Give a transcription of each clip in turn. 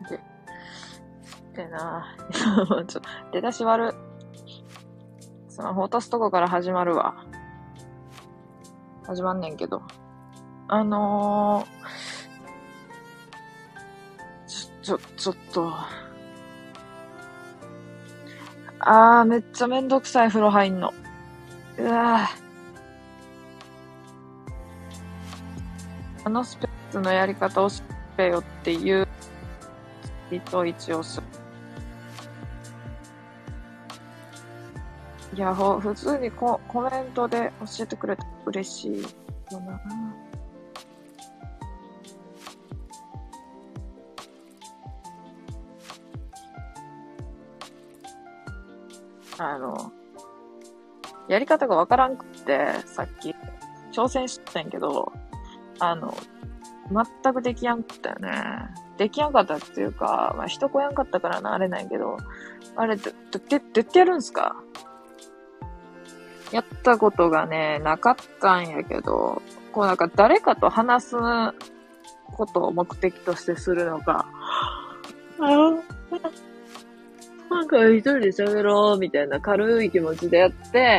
でなちょ、出だし悪。スマホ落とすとこから始まるわ。始まんねんけど。ちょっと。めっちゃめんどくさい風呂入んの。うわスペースのやり方を教えてよっていうツイートを一応する。いや、普通にコメントで教えてくれたら嬉しいよな。やり方がわからんくって、さっき挑戦したんやけど、全くできやんかったよね。できやんかったっていうか、まあ、人来やんかったからな、あれないけど、あれ、どうやってやるんすか？やったことがね、なかったんやけど、こうなんか誰かと話すことを目的としてするのか、なんか一人で喋ろうみたいな軽い気持ちでやって、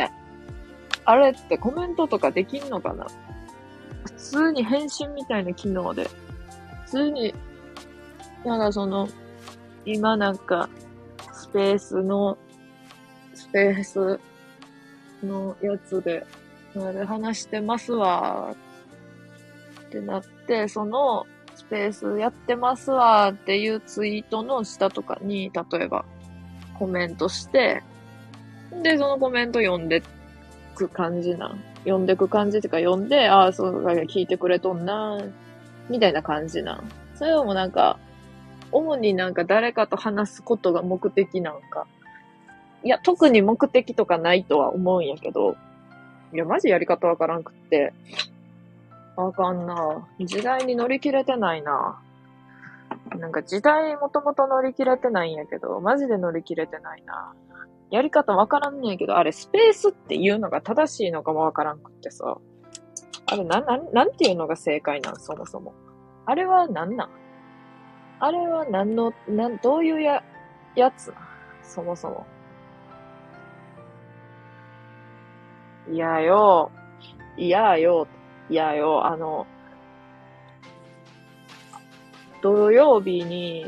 あれってコメントとかできんのかな？普通に返信みたいな機能で、普通に、なんか今なんか、スペースのやつで、話してますわってなって、そのスペースやってますわっていうツイートの下とかに、例えばコメントして、で、そのコメント読んでく感じなん。読んでく感じってか読んで、そうだ、聞いてくれとんな、みたいな感じなん。それもなんか、主になんか誰かと話すことが目的なんか。いや、特に目的とかないとは思うんやけど、いや、マジやり方わからんくって。わかんな。時代に乗り切れてないな。なんか時代もともと乗り切れてないんやけど、マジで乗り切れてないな。やり方わからんねんけど、あれスペースっていうのが正しいのかもわからんくってさ。あれなんていうのが正解なん？そもそも。あれはなんなん？あれはどういうやつなん？そもそも。いやよ、土曜日に、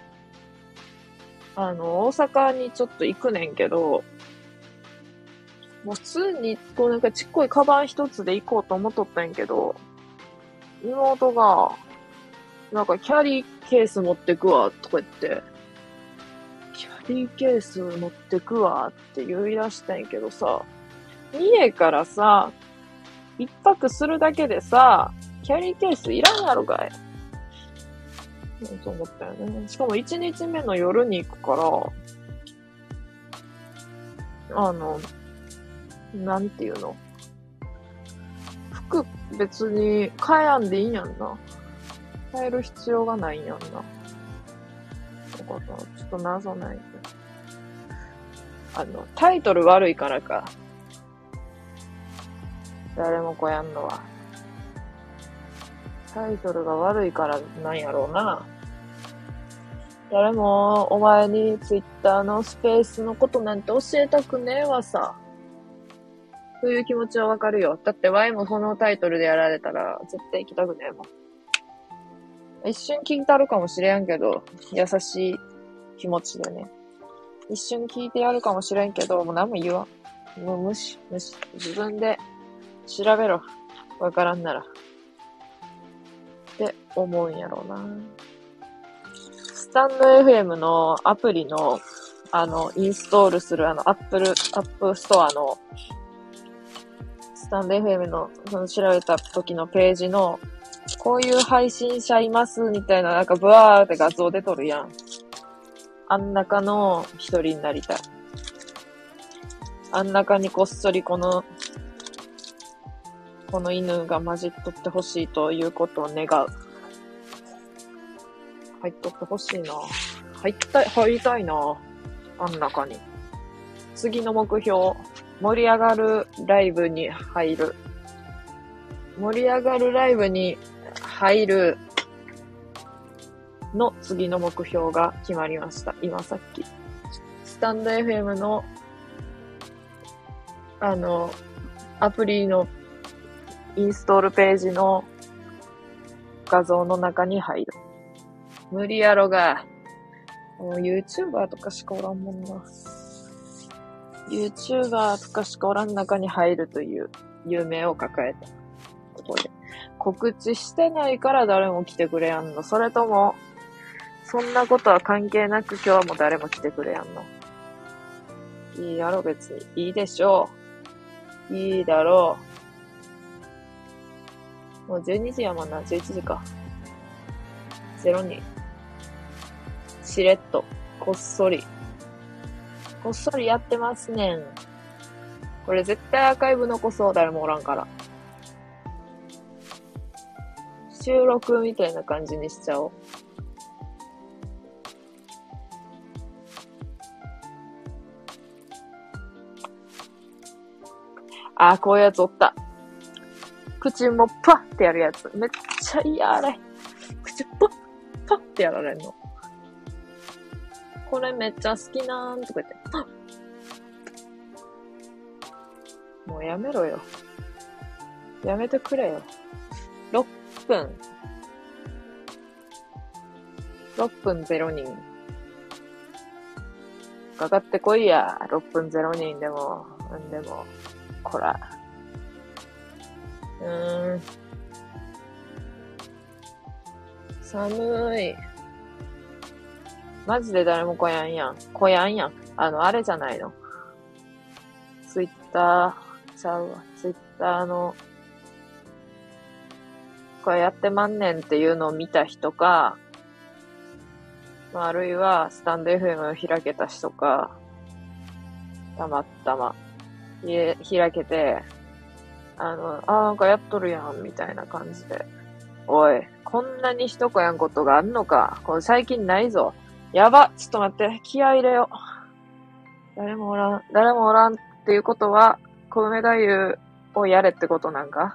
大阪にちょっと行くねんけど、もう普通に、こうなんかちっこいカバン一つで行こうと思っとったんやけど、妹が、なんかキャリーケース持ってくわ、とか言って、キャリーケース持ってくわって言い出したんやけどさ、家からさ、一泊するだけでさ、キャリーケースいらんやろかい。と思ったよね。しかも1日目の夜に行くから、なんていうの。服別に変えやんでいいんやんな。変える必要がないんやんな。よかった。ちょっと謎ないけど。タイトル悪いからか。誰もこうやんのは。タイトルが悪いからなんやろうな。誰もお前にツイッターのスペースのことなんて教えたくねえわさ。そういう気持ちはわかるよ。だってワイもそのタイトルでやられたら絶対行きたくねえもん。一瞬聞いたるかもしれんけど、優しい気持ちでね。一瞬聞いてやるかもしれんけど、もう何も言わん。もう無視。自分で調べろ。わからんなら。って思うんやろうな。スタンド FM のアプリの、インストールするアップストアの、スタンド FM の、調べた時のページの、こういう配信者いますみたいな、なんかブワーって画像出とるやん。あん中の一人になりたい。あん中にこっそりこの犬が混じっとってほしいということを願う。入っとってほしいな。入りたいな。あん中に。次の目標。盛り上がるライブに入る。盛り上がるライブに入る。 の次の目標が決まりました。今さっき。スタンド FM の、アプリのインストールページの画像の中に入る。無理やろが。もう YouTuber とかしかおらんもんな。YouTuber とかしかおらん中に入るという夢を抱えた。ここで。告知してないから誰も来てくれやんの？それとも、そんなことは関係なく今日も誰も来てくれやんの？いいやろ別に。いいでしょう。いいだろう。もう12時やもんな。11時か。0人。しれっと。こっそり。こっそりやってますねん。これ絶対アーカイブ残そう。誰もおらんから。収録みたいな感じにしちゃおう。あー、こういうやつおった。口もパッってやるやつ。めっちゃ嫌あれ。口パッ、パッってやられんの。これめっちゃ好きなんとか言って。パッ。もうやめろよ。やめてくれよ。6分。6分0人。かかってこいや。6分0人でも、なんでも。こら。寒い。マジで誰も来やんやん。来やんやん。あれじゃないの。ツイッターちゃうわ。ツイッターの、これやってまんねんっていうのを見た人か、まあ、あるいはスタンド FM を開けた人か、たまたま、開けて、なんかやっとるやん、みたいな感じで。おい、こんなに人来やんことがあんのか。これ最近ないぞ。やば、ちょっと待って、気合い入れよ。誰もおらんっていうことは、小梅太夫をやれってことなんか？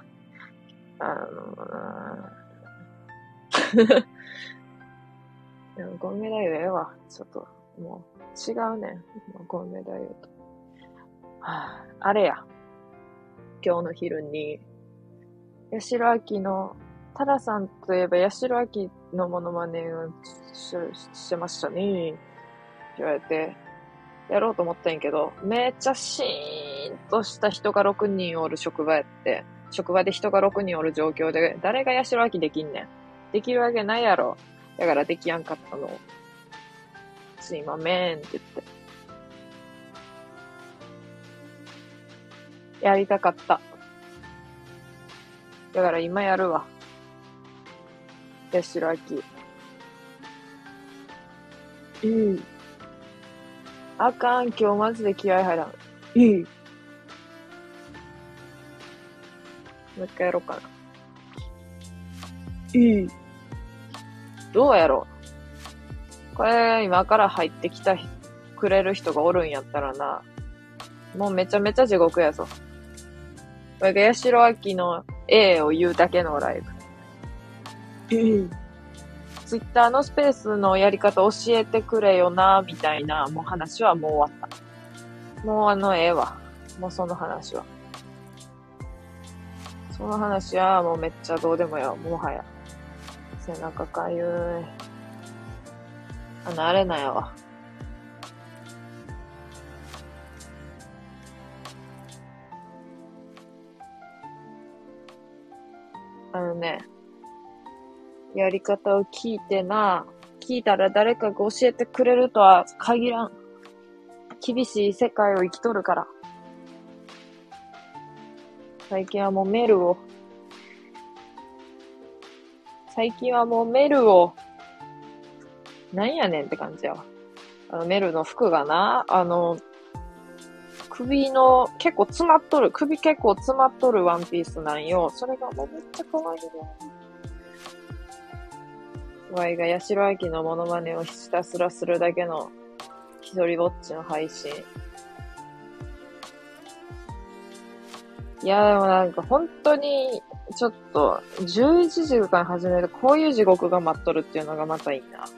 でも小梅太夫ええわ。ちょっと、もう、違うねん。小梅太夫と。あれや。今日の昼に、八代亜紀の、タラさんといえば八代亜紀のモノマネをしてましたね。って言われて、やろうと思ったんやけど、めっちゃシーンとした人が6人おる職場やって、職場で人が6人おる状況で、誰が八代亜紀できんねん。できるわけないやろ。だからできやんかったの。すいまめんって言って。やりたかった。だから今やるわ。八代亜紀。あかん、今日マジで気合入らん。もう一回やろうかな。どうやろう。これ、今から入ってきたくれる人がおるんやったらな、もうめちゃめちゃ地獄やぞ。これが八代亜紀の A を言うだけのライブ。ツイッターのスペースのやり方教えてくれよな、みたいな、もう話はもう終わった。もうええわ。もうその話は。その話はもうめっちゃどうでもよ。もはや。背中かゆい。あれなんやわ。やり方を聞いたら誰かが教えてくれるとは限らん。厳しい世界を生きとるから。最近はもうメルを、なんやねんって感じやわ。メルの服がな、首の結構詰まっとるワンピースなんよ。それがもうめっちゃ可愛いよ。ワイが八代亜紀のモノマネをひたすらするだけの一人ぼっちの配信。いやでもなんか本当にちょっと、11時から始める、こういう地獄が待っとるっていうのがまたいいな。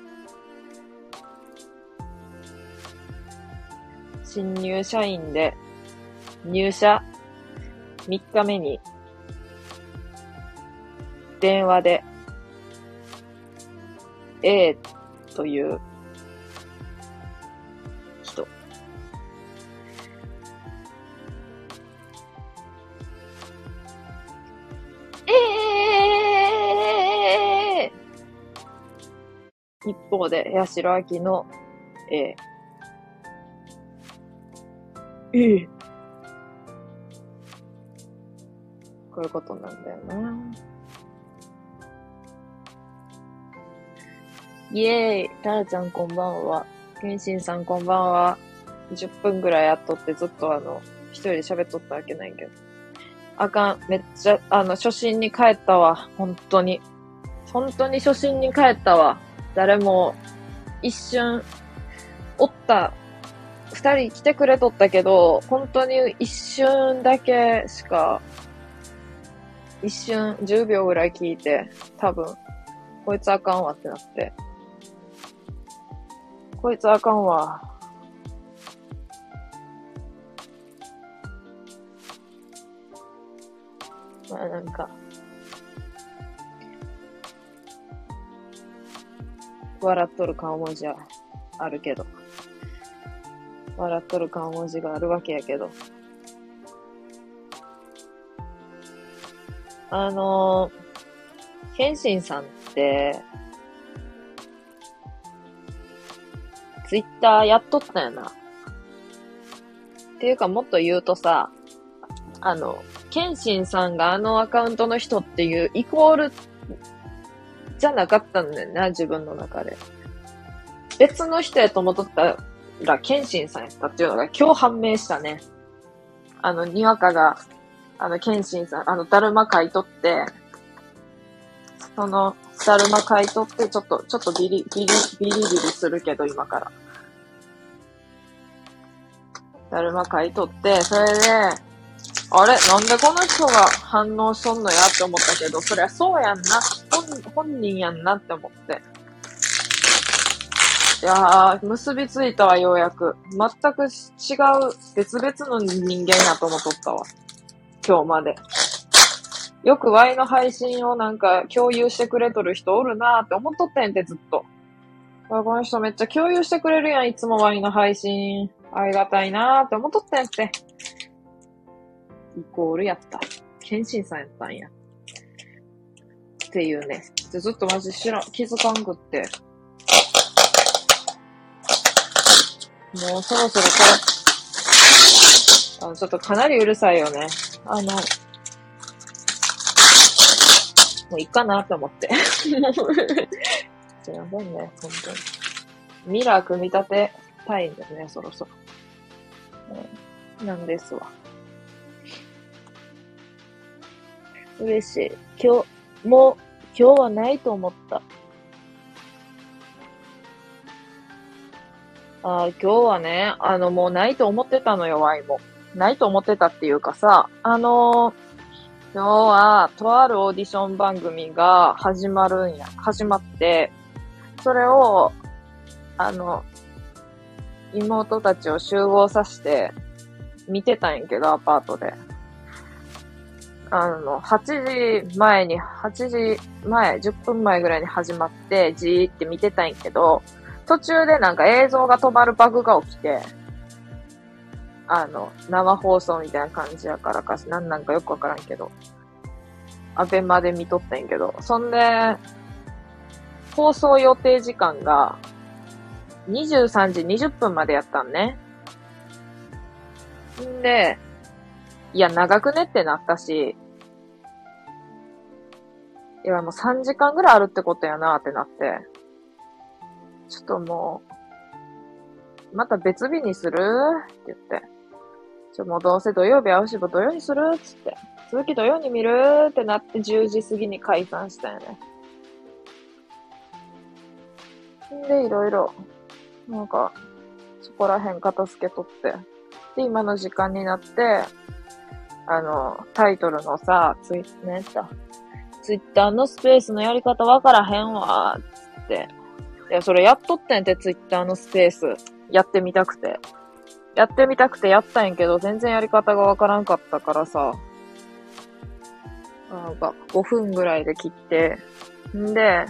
新入社員で、入社3日目に、電話で、A という人。一方で、八代亜紀の A。こういうことなんだよな。イエーイ、タラちゃんこんばんは。ケンシンさんこんばんは。10分ぐらいやっとってずっと一人で喋っとったわけないけど。あかん、めっちゃ、初心に帰ったわ。本当に初心に帰ったわ。誰も、一瞬、二人来てくれとったけど、本当に一瞬だけしか、一瞬10秒ぐらい聞いて、多分、こいつあかんわってなって。こいつあかんわ。まあなんか、笑っとる顔文字はあるけど。笑っとる顔文字があるわけやけど。ケンシンさんって、ツイッターやっとったよな。っていうかもっと言うとさ、ケンシンさんがアカウントの人っていうイコールじゃなかったんだよな、自分の中で。別の人やと思っとったら、ケンシンさんやったっていうのが今日判明したね。にわかが、ケンシンさん、だるま書いとって、その、だるま書いとって、ちょっとビリするけど、今から。だるま書いとって、それで、あれなんでこの人が反応しとんのやって思ったけど、そりゃそうやんな。本人やんなって思って。いやー、結びついたわ、ようやく。全く違う、別々の人間やと思っとったわ。今日まで。よく Y の配信をなんか共有してくれとる人おるなーって思っとったんやんて、ずっと。この人めっちゃ共有してくれるやん、いつも Y の配信。ありがたいなーって思っとったんやって。イコールやった。ケンシンさんやったんや。っていうね。ずっとマジ気づかんくって。もうそろそろこれ、ちょっとかなりうるさいよね。もういいかなって思って。すいませんね、本当に。ミラー組み立てたいんですね、そろそろ。なんですわ。嬉しい。今日はないと思った。今日はね、もうないと思ってたのよ、ワイも。ないと思ってたっていうかさ、今日は、とあるオーディション番組が始まって、それを、妹たちを集合させて、見てたんやけど、アパートで。8時前、10分前ぐらいに始まって、じーって見てたんやけど、途中でなんか映像が止まるバグが起きて、生放送みたいな感じやからかし、なんかよくわからんけど、アベマで見とったんやけど、そんで、放送予定時間が23時20分までやったんね。んで、いや、長くねってなったし、いや、もう3時間ぐらいあるってことやなってなって、ちょっともう、また別日にするって言って、もうどうせ土曜日会うし、土曜にするっつって、続き土曜に見るってなって10時過ぎに解散したよね。んで、いろいろ、なんか、そこら辺片付けとって、で、今の時間になって、 タイトルのさ、ツイッターのスペースのやり方わからへんわ、つって。いや、それやっとったんやて、ツイッターのスペース。やってみたくて。やったんやけど、全然やり方がわからんかったからさ、なんか、5分ぐらいで切って、んで、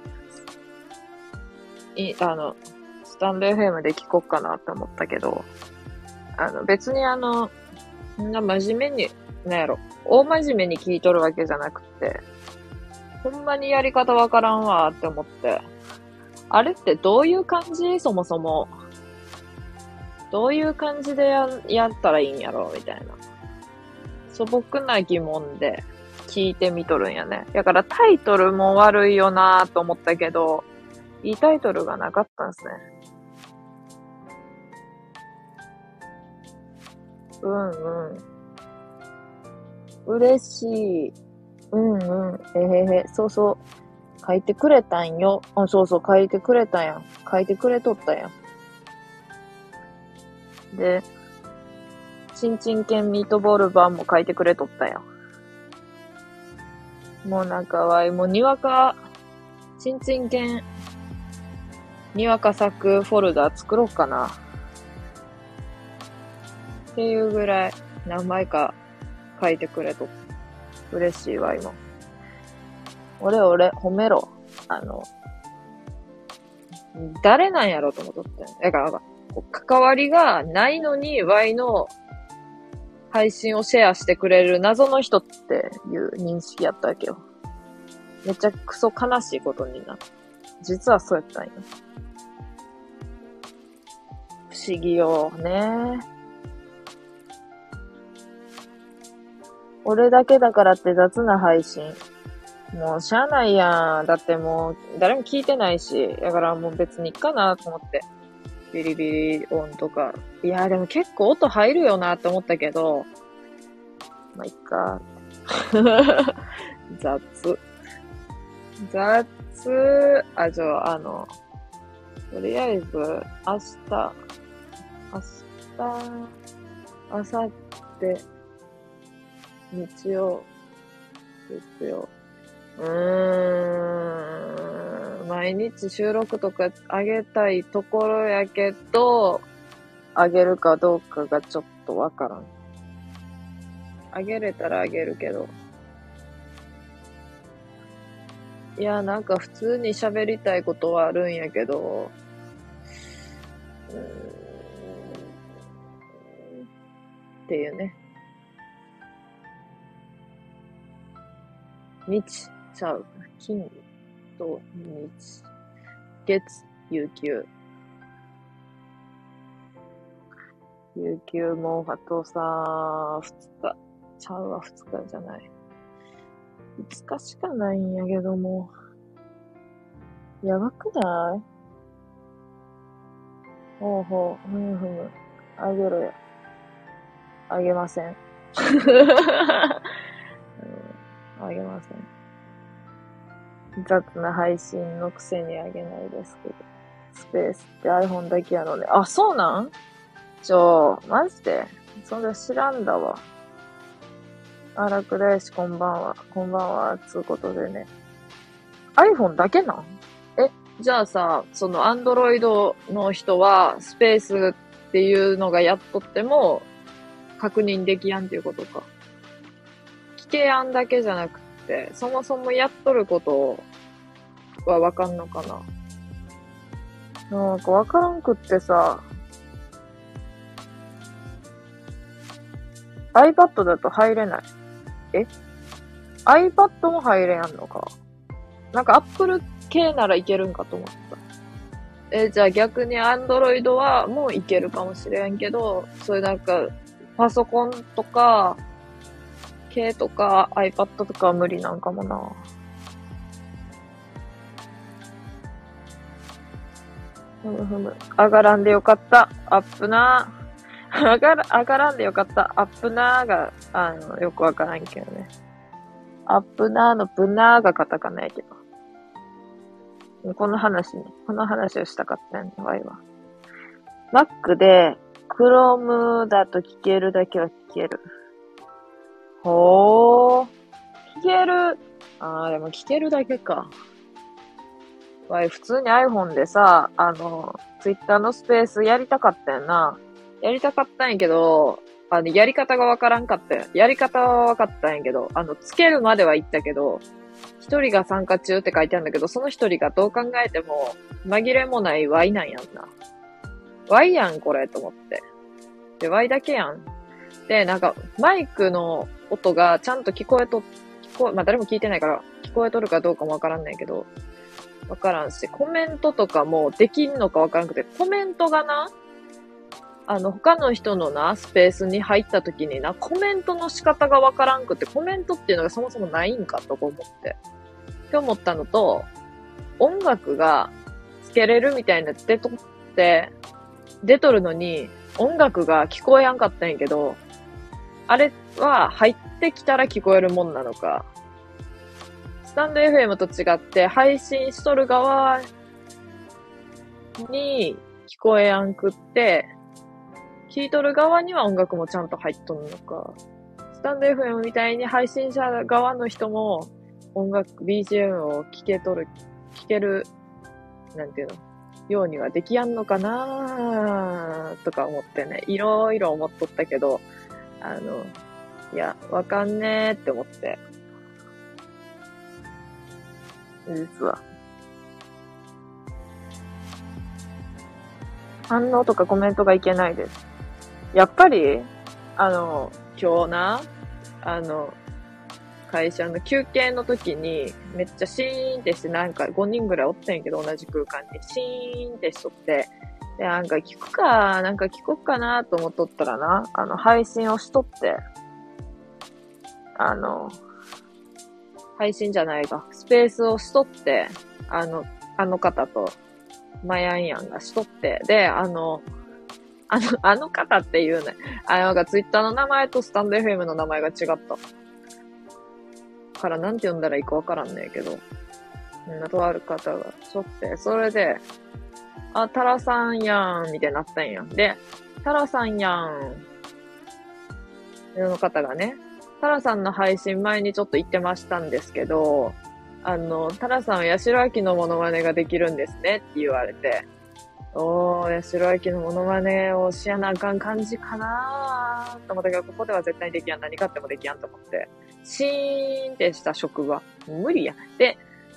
スタンド FM で聞こっかなって思ったけど、別にそんな真面目に、なんやろ、大真面目に聞いとるわけじゃなくて、ほんまにやり方わからんわって思って、あれってどういう感じそもそも。どういう感じでやったらいいんやろみたいな。素朴な疑問で聞いてみとるんやね。だからタイトルも悪いよなと思ったけど、いいタイトルがなかったんですね。うんうん。嬉しい。うんうん。へへ。そうそう。書いてくれたんよ。あ、そうそう、書いてくれたやん。書いてくれとったやん。で、ちんちん犬ミートボール版も書いてくれとったやん。もうなんかわい、もうにわか、ちんちん犬、にわか作フォルダ作ろうかな。っていうぐらい何枚か書いてくれと嬉しいわ、今。俺、褒めろ。誰なんやろと思っとったよ。だから、関わりがないのに、Y の配信をシェアしてくれる謎の人っていう認識やったわけよ。めっちゃクソ悲しいことにな。実はそうやったんよ。不思議よね。俺だけだからって雑な配信。もうしゃあないやん。だってもう誰も聞いてないし。だからもう別にいいかなと思って。ビリビリ音とか。いやでも結構音入るよなって思ったけど。まあ、いっか。雑。あ、とりあえず、明日、明後日、日曜、月曜。毎日収録とか上げたいところやけど、上げるかどうかがちょっとわからん。上げれたら上げるけど。いや、なんか普通に喋りたいことはあるんやけど、っていうね。日、ちゃう。金と日。月、有給。有給もあとさ、2日。ちゃうわ、2日じゃない。5日しかないんやけども。やばくない？ほうほう、ふむふむ。あげろや。あげません。あげません。雑な配信のくせにあげないですけど。スペースって iPhone だけやので。あ、そうなん？マジでそんな知らんだわ。荒く大師こんばんは。こんばんは。つうことでね。iPhone だけなん？じゃあさ、その Android の人はスペースっていうのがやっとっても確認できやんっていうことか。聞けやんだけじゃなくて、そもそもやっとることはわかんのかな。なんかわからんくってさ、iPad だと入れない。iPad も入れやんのか。なんか Apple 系ならいけるんかと思った。じゃあ逆に Android はもういけるかもしれんけど、それなんかパソコンとか系とか iPad とかは無理なんかもな。上がらんでよかった。アップな。上がらんでよかった。アップなーが、よくわからんけどね。アップなーのプなーがカタカナやけど。この話をしたかったんだ、ワイは。Mac で、Chrome だと聞けるだけは聞ける。 ほー。聞ける。でも聞けるだけか。わい、普通に iPhone でさ、Twitter のスペースやりたかったよな。やりたかったんやけど、やり方がわからんかったよ。やり方はわかったんやけど、つけるまでは言ったけど、一人が参加中って書いてあるんだけど、その一人がどう考えても、紛れもない Y なんやんな。Y やん、これ、と思って。で、Y だけやん。で、なんか、マイクの音がちゃんとまあ、誰も聞いてないから、聞こえとるかどうかもわからんないけど、わからんし、コメントとかもできんのかわからんくて、コメントがな、他の人のな、スペースに入った時にな、コメントの仕方がわからんくて、コメントっていうのがそもそもないんかとか思って。って思ったのと、音楽がつけれるみたいな出とるのに、音楽が聞こえやんかったんやけど、あれは入ってきたら聞こえるもんなのか、スタンド FM と違って配信しとる側に聞こえやんくって、聞いとる側には音楽もちゃんと入っとるのか、スタンド FM みたいに配信者側の人も音楽、BGM を聞ける、なんていうの、ようにはできやんのかなとか思ってね、いろいろ思っとったけど、いや、わかんねーって思って。実は。反応とかコメントがいけないです。やっぱり、今日な、会社の休憩の時に、めっちゃシーンってして、なんか5人ぐらいおったんやけど、同じ空間に。シーンってしとって、で、なんか聞こっかなと思っとったらな、配信をしとって、配信じゃないか、スペースをしとって、あの方と、マヤンヤンがしとって、で、あの方っていうね、なんかツイッターの名前とスタンド FM の名前が違った。からなんて呼んだらいいかわからんねえけど、とある方がしょって、それで、タラさんやん、みたいになったんや。で、タラさんやん、の方がね、タラさんの配信前にちょっと言ってましたんですけど、タラさんは八代亜紀のモノマネができるんですねって言われて、八代亜紀のモノマネをしやなあかん感じかなーと思ったけど、ここでは絶対できやん。何かってもできやんと思って。シーンってした職場。無理や。で、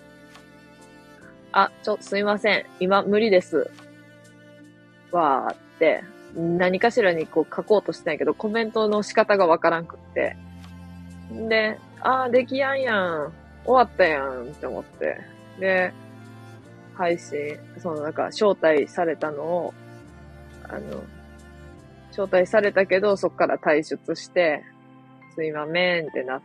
すいません。今無理です。わーって、何かしらにこう書こうとしたんやけど、コメントの仕方がわからんくって。で、できやんやん。終わったやんって思って。で、配信、招待されたのを、招待されたけど、そっから退出して、すいまめんってなって、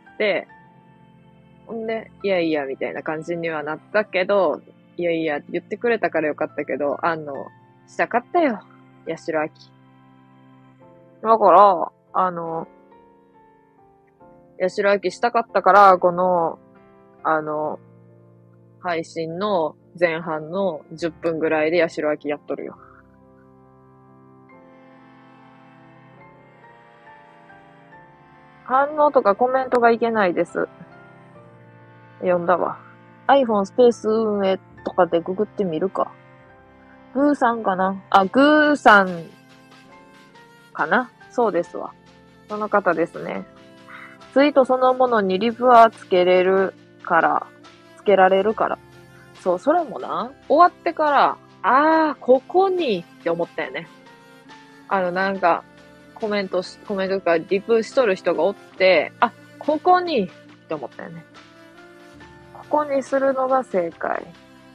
ほんで、いやいや、みたいな感じにはなったけど、いやいや、言ってくれたからよかったけど、したかったよ。八代亜紀。だから、八代亜紀したかったから、この、配信の前半の10分ぐらいで八代亜紀やっとるよ。反応とかコメントがいけないです。読んだわ。iPhone スペース運営とかでググってみるか。グーさんかなグーさんかなそうですわ。その方ですね。ツイートそのものにリプはつけられるから。そう、それもな、終わってから、ここにって思ったよね。なんか、コメントかリプしとる人がおって、ここにって思ったよね。ここにするのが正解。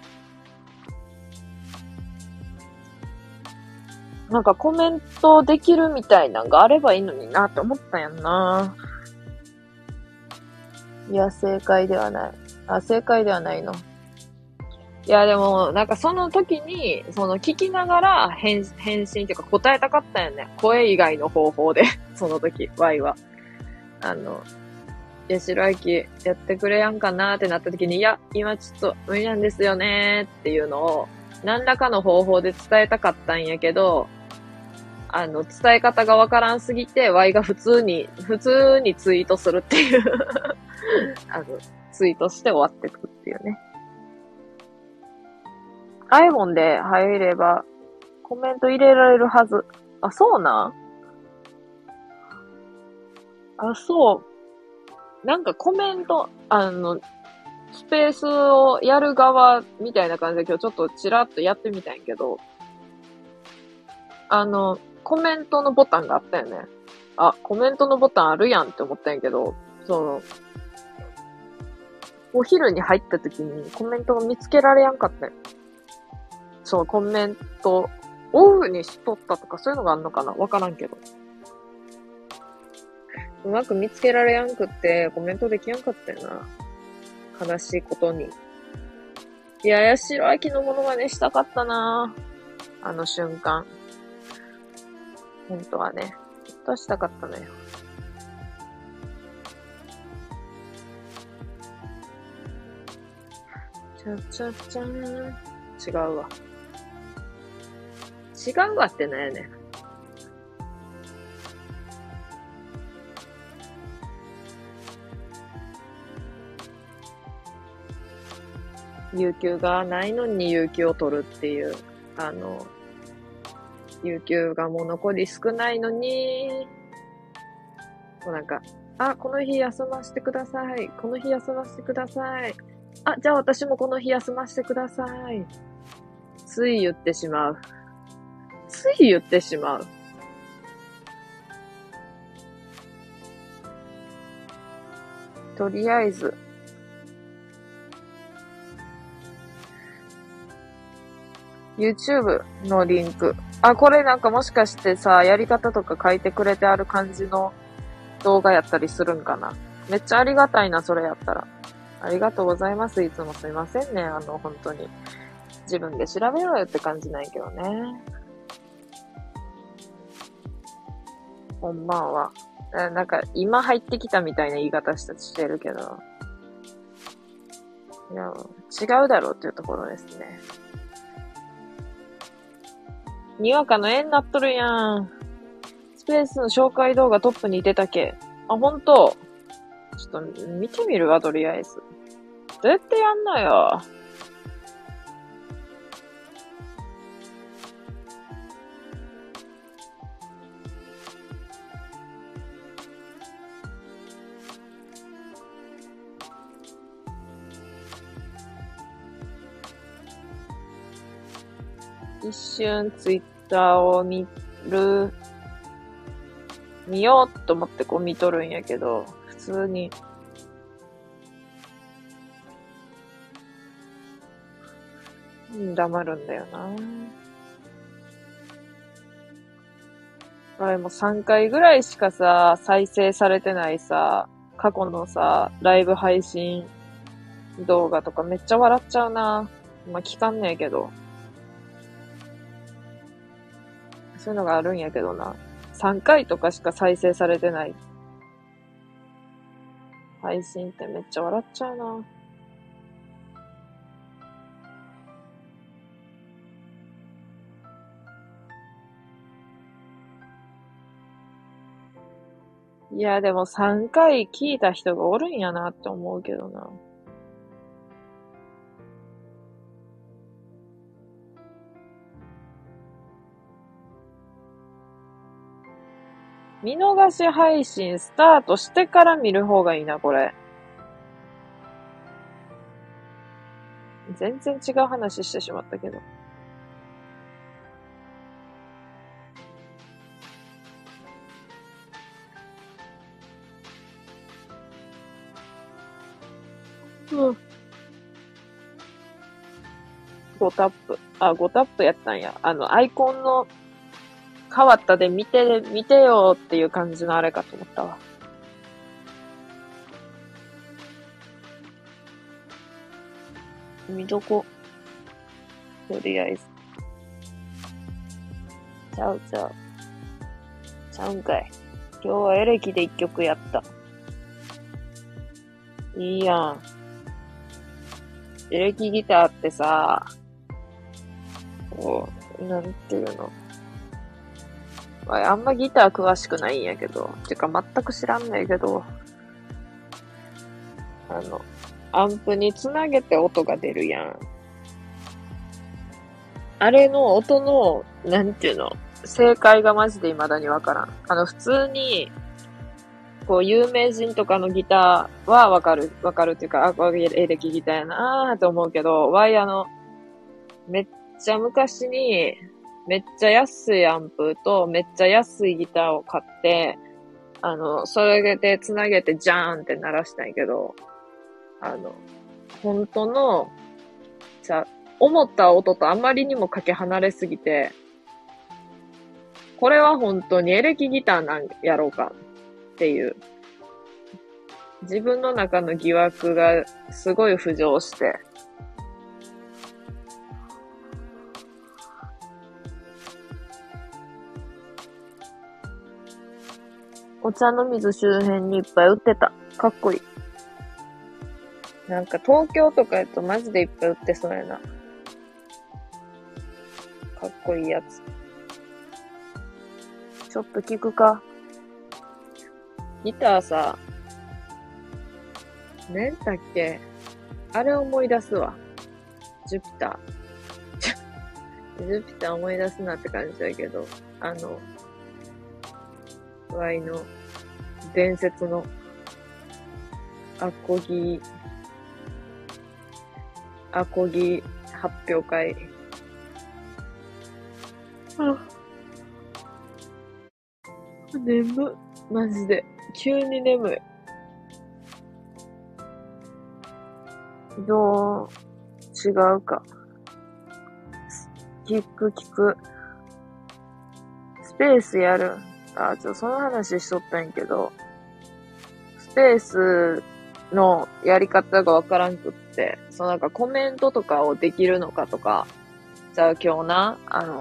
なんかコメントできるみたいなのがあればいいのになって思ったんやんな。いや、正解ではない。正解ではないの。いや、でも、なんかその時に、聞きながら返信っていうか答えたかったよね。声以外の方法で、その時、Y は。八代亜紀やってくれやんかなってなった時に、いや、今ちょっと無理なんですよねっていうのを、何らかの方法で伝えたかったんやけど、 伝え方がわからんすぎて、Y が普通にツイートするっていうツイートして終わってくっていうね。iPhone で入れば、コメント入れられるはず。あ、そうなん？あ、そう。なんかコメント、スペースをやる側みたいな感じで今日ちょっとチラッとやってみたんやけど、コメントのボタンがあったよね。あ、コメントのボタンあるやんって思ったんやけど、お昼に入った時にコメントが見つけられやんかったよ。コメント、オフにしとったとかそういうのがあんのかなわからんけど。うまく見つけられやんくってコメントできやんかったよな。悲しいことに。いや、八代亜紀のモノマネしたかったな。あの瞬間。本当はね。きっとしたかったのよ。ちゃちゃちゃーん。違うわ。違うわってなんやねん。有給がないのに有給を取るっていう、有給がもう残り少ないのに、もうなんか、あ、この日休ませてください。この日休ませてください。あ、じゃあ私もこの日休ませてください。つい言ってしまう。つい言ってしまう。とりあえず、YouTube のリンク。あ、これなんかもしかしてさ、やり方とか書いてくれてある感じの動画やったりするんかな。めっちゃありがたいな、それやったら。ありがとうございます。いつもすいませんね。本当に。自分で調べろよって感じないけどね。こんばんは。なんか、今入ってきたみたいな言い方してるけど。いや、違うだろうっていうところですね。にわかの絵になっとるやん。スペースの紹介動画トップに出たけ。あ、ほんと？ちょっと見てみるわ、とりあえず。どうやってやんのよ。一瞬ツイッターを見ようと思ってこう見とるんやけど、普通に。黙るんだよな。あれも3回ぐらいしかさ、再生されてないさ、過去のさ、ライブ配信動画とかめっちゃ笑っちゃうな。まあ、聞かんねえけど。そういうのがあるんやけどな。3回とかしか再生されてない配信ってめっちゃ笑っちゃうな。いや、でも3回聞いた人がおるんやなって思うけどな。見逃し配信スタートしてから見る方がいいな、これ。全然違う話してしまったけど。うん。5タップ。あ、5タップやったんや。アイコンの変わったで見てよっていう感じのあれかと思ったわ。見どこ。とりあえず。ちゃう。ちゃうんかい。今日はエレキで1曲やった。いいやん。エレキギターってさ、こう、なんていうの。 あんまギター詳しくないんやけど、てか全く知らんねんけど、アンプにつなげて音が出るやん。あれの音の、なんていうの、正解がマジで未だにわからん。普通に、こう、有名人とかのギターはわかるっていうか、あ、これエレキギターやなーと思うけど、めっちゃ昔に、めっちゃ安いアンプとめっちゃ安いギターを買って、それで繋げてジャーンって鳴らしたんやけど、本当の、思った音とあまりにもかけ離れすぎて、これは本当にエレキギターなんやろうかっていう、自分の中の疑惑がすごい浮上して、お茶の水周辺にいっぱい売ってた。かっこいい。なんか東京とかやとマジでいっぱい売ってそうやな。かっこいいやつ。ちょっと聞くか。ギターさ、何だっけ？あれ思い出すわ。ジュピター。ジュピター思い出すなって感じだけど、ワイの伝説のアコギ発表会。眠。マジで。急に眠い。どう違うか。聞く。スペースやる。その話しとったんやけど、スペースのやり方がわからんくって、なんかコメントとかをできるのかとか、じゃあ今日な、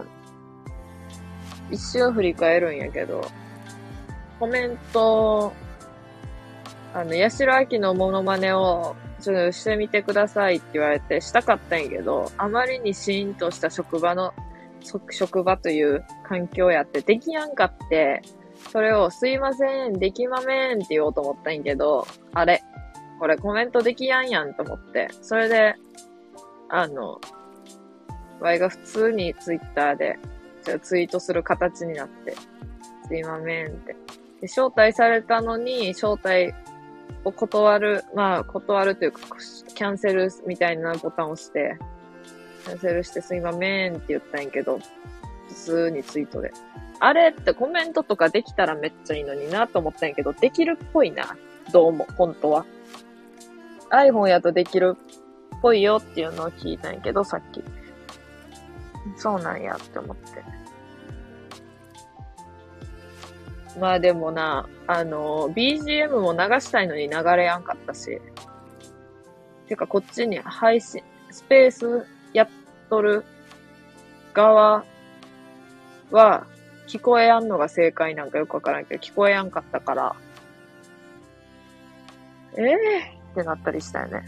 一瞬振り返るんやけど、コメント、八代亜紀のモノマネを、ちょっとしてみてくださいって言われてしたかったんやけど、あまりにシーンとした職場という環境やってできやんかって、それをすいません、できまめんって言おうと思ったんやけど、これコメントできやんやんと思って、それで、ワイが普通にツイッターでツイートする形になって、すいまめんって。で、招待されたのに、招待を断るというか、キャンセルみたいなボタンを押して、キャンセルしてすいまめんって言ったんやけど、普通にツイートで。あれってコメントとかできたらめっちゃいいのになと思ったんやけど、できるっぽいな。どうも、本当は。iPhone やとできるっぽいよっていうのを聞いたんやけど、さっき。そうなんやって思って。まあでもな、BGM も流したいのに流れやんかったし。てかこっちに配信、スペースやっとる側は聞こえやんのが正解なんかよくわからんけど、聞こえやんかったから、ってなったりしたよね。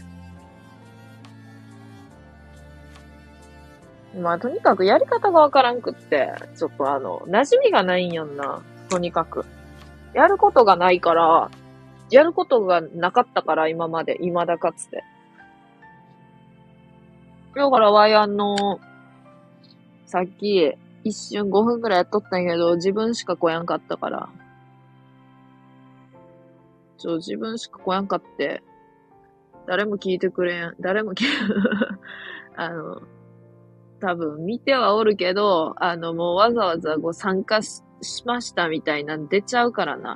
まあとにかくやり方がわからんくって、ちょっと馴染みがないんやんな。とにかく。やることがないから、やることがなかったから今まで、未だかつて。だからワイさっき一瞬5分くらいやっとったんやけど、自分しか来やんかったから。自分しか来やんかって、誰も聞いてくれん。多分見てはおるけど、もうわざわざ参加しましたみたいなん出ちゃうからな。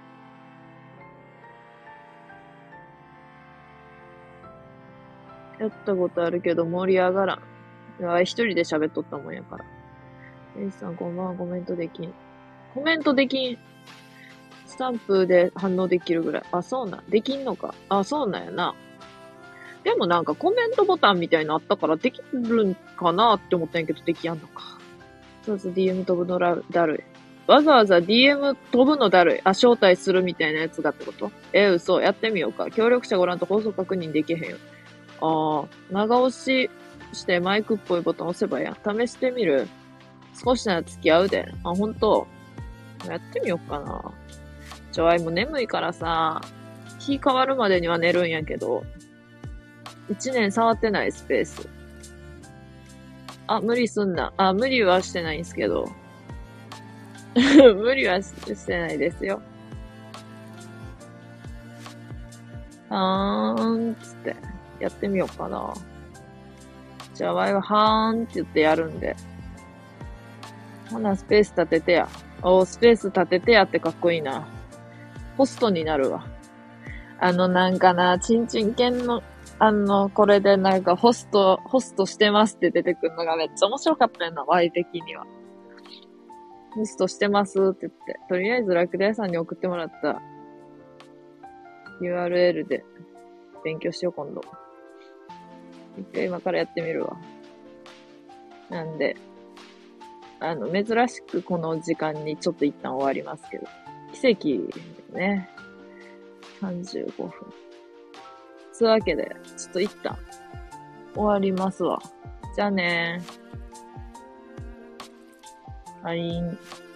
やったことあるけど盛り上がらん。一人で喋っとったもんやから。エイさんこんばんは、コメントできん。コメントできん。スタンプで反応できるぐらい。あ、そうなん。できんのか。あ、そうなんやな。でもなんかコメントボタンみたいなのあったからできるんかなって思ったんやけど、できやんのか。そうそう、DM 飛ぶのだるい。わざわざ DM 飛ぶのだるい。招待するみたいなやつがってこと？嘘。やってみようか。協力者ご覧と放送確認できへんよ。長押ししてマイクっぽいボタン押せばやん。試してみる？少しなら付き合うで。ほんと。 やってみよっかな。あいも眠いからさ、日変わるまでには寝るんやけど、1年触ってないスペース。あ、無理すんな。あ、無理はしてないんすけど。無理はしてないですよ。はーん、つって、やってみようかな。じゃあ、ワイははーんって言ってやるんで。ほな、スペース立ててや。スペース立ててやってかっこいいな。ホストになるわ。なんかな、ちんちん犬の、これでなんかホストしてますって出てくるのがめっちゃ面白かったよな、ワイ的には。ホストしてますって言って、とりあえずラクダ屋さんに送ってもらった URL で勉強しよう、今度。一回今からやってみるわ。なんで、珍しくこの時間にちょっと一旦終わりますけど。奇跡ですね。35分。つうわけで、ちょっと一旦終わりますわ。じゃあねー。はい。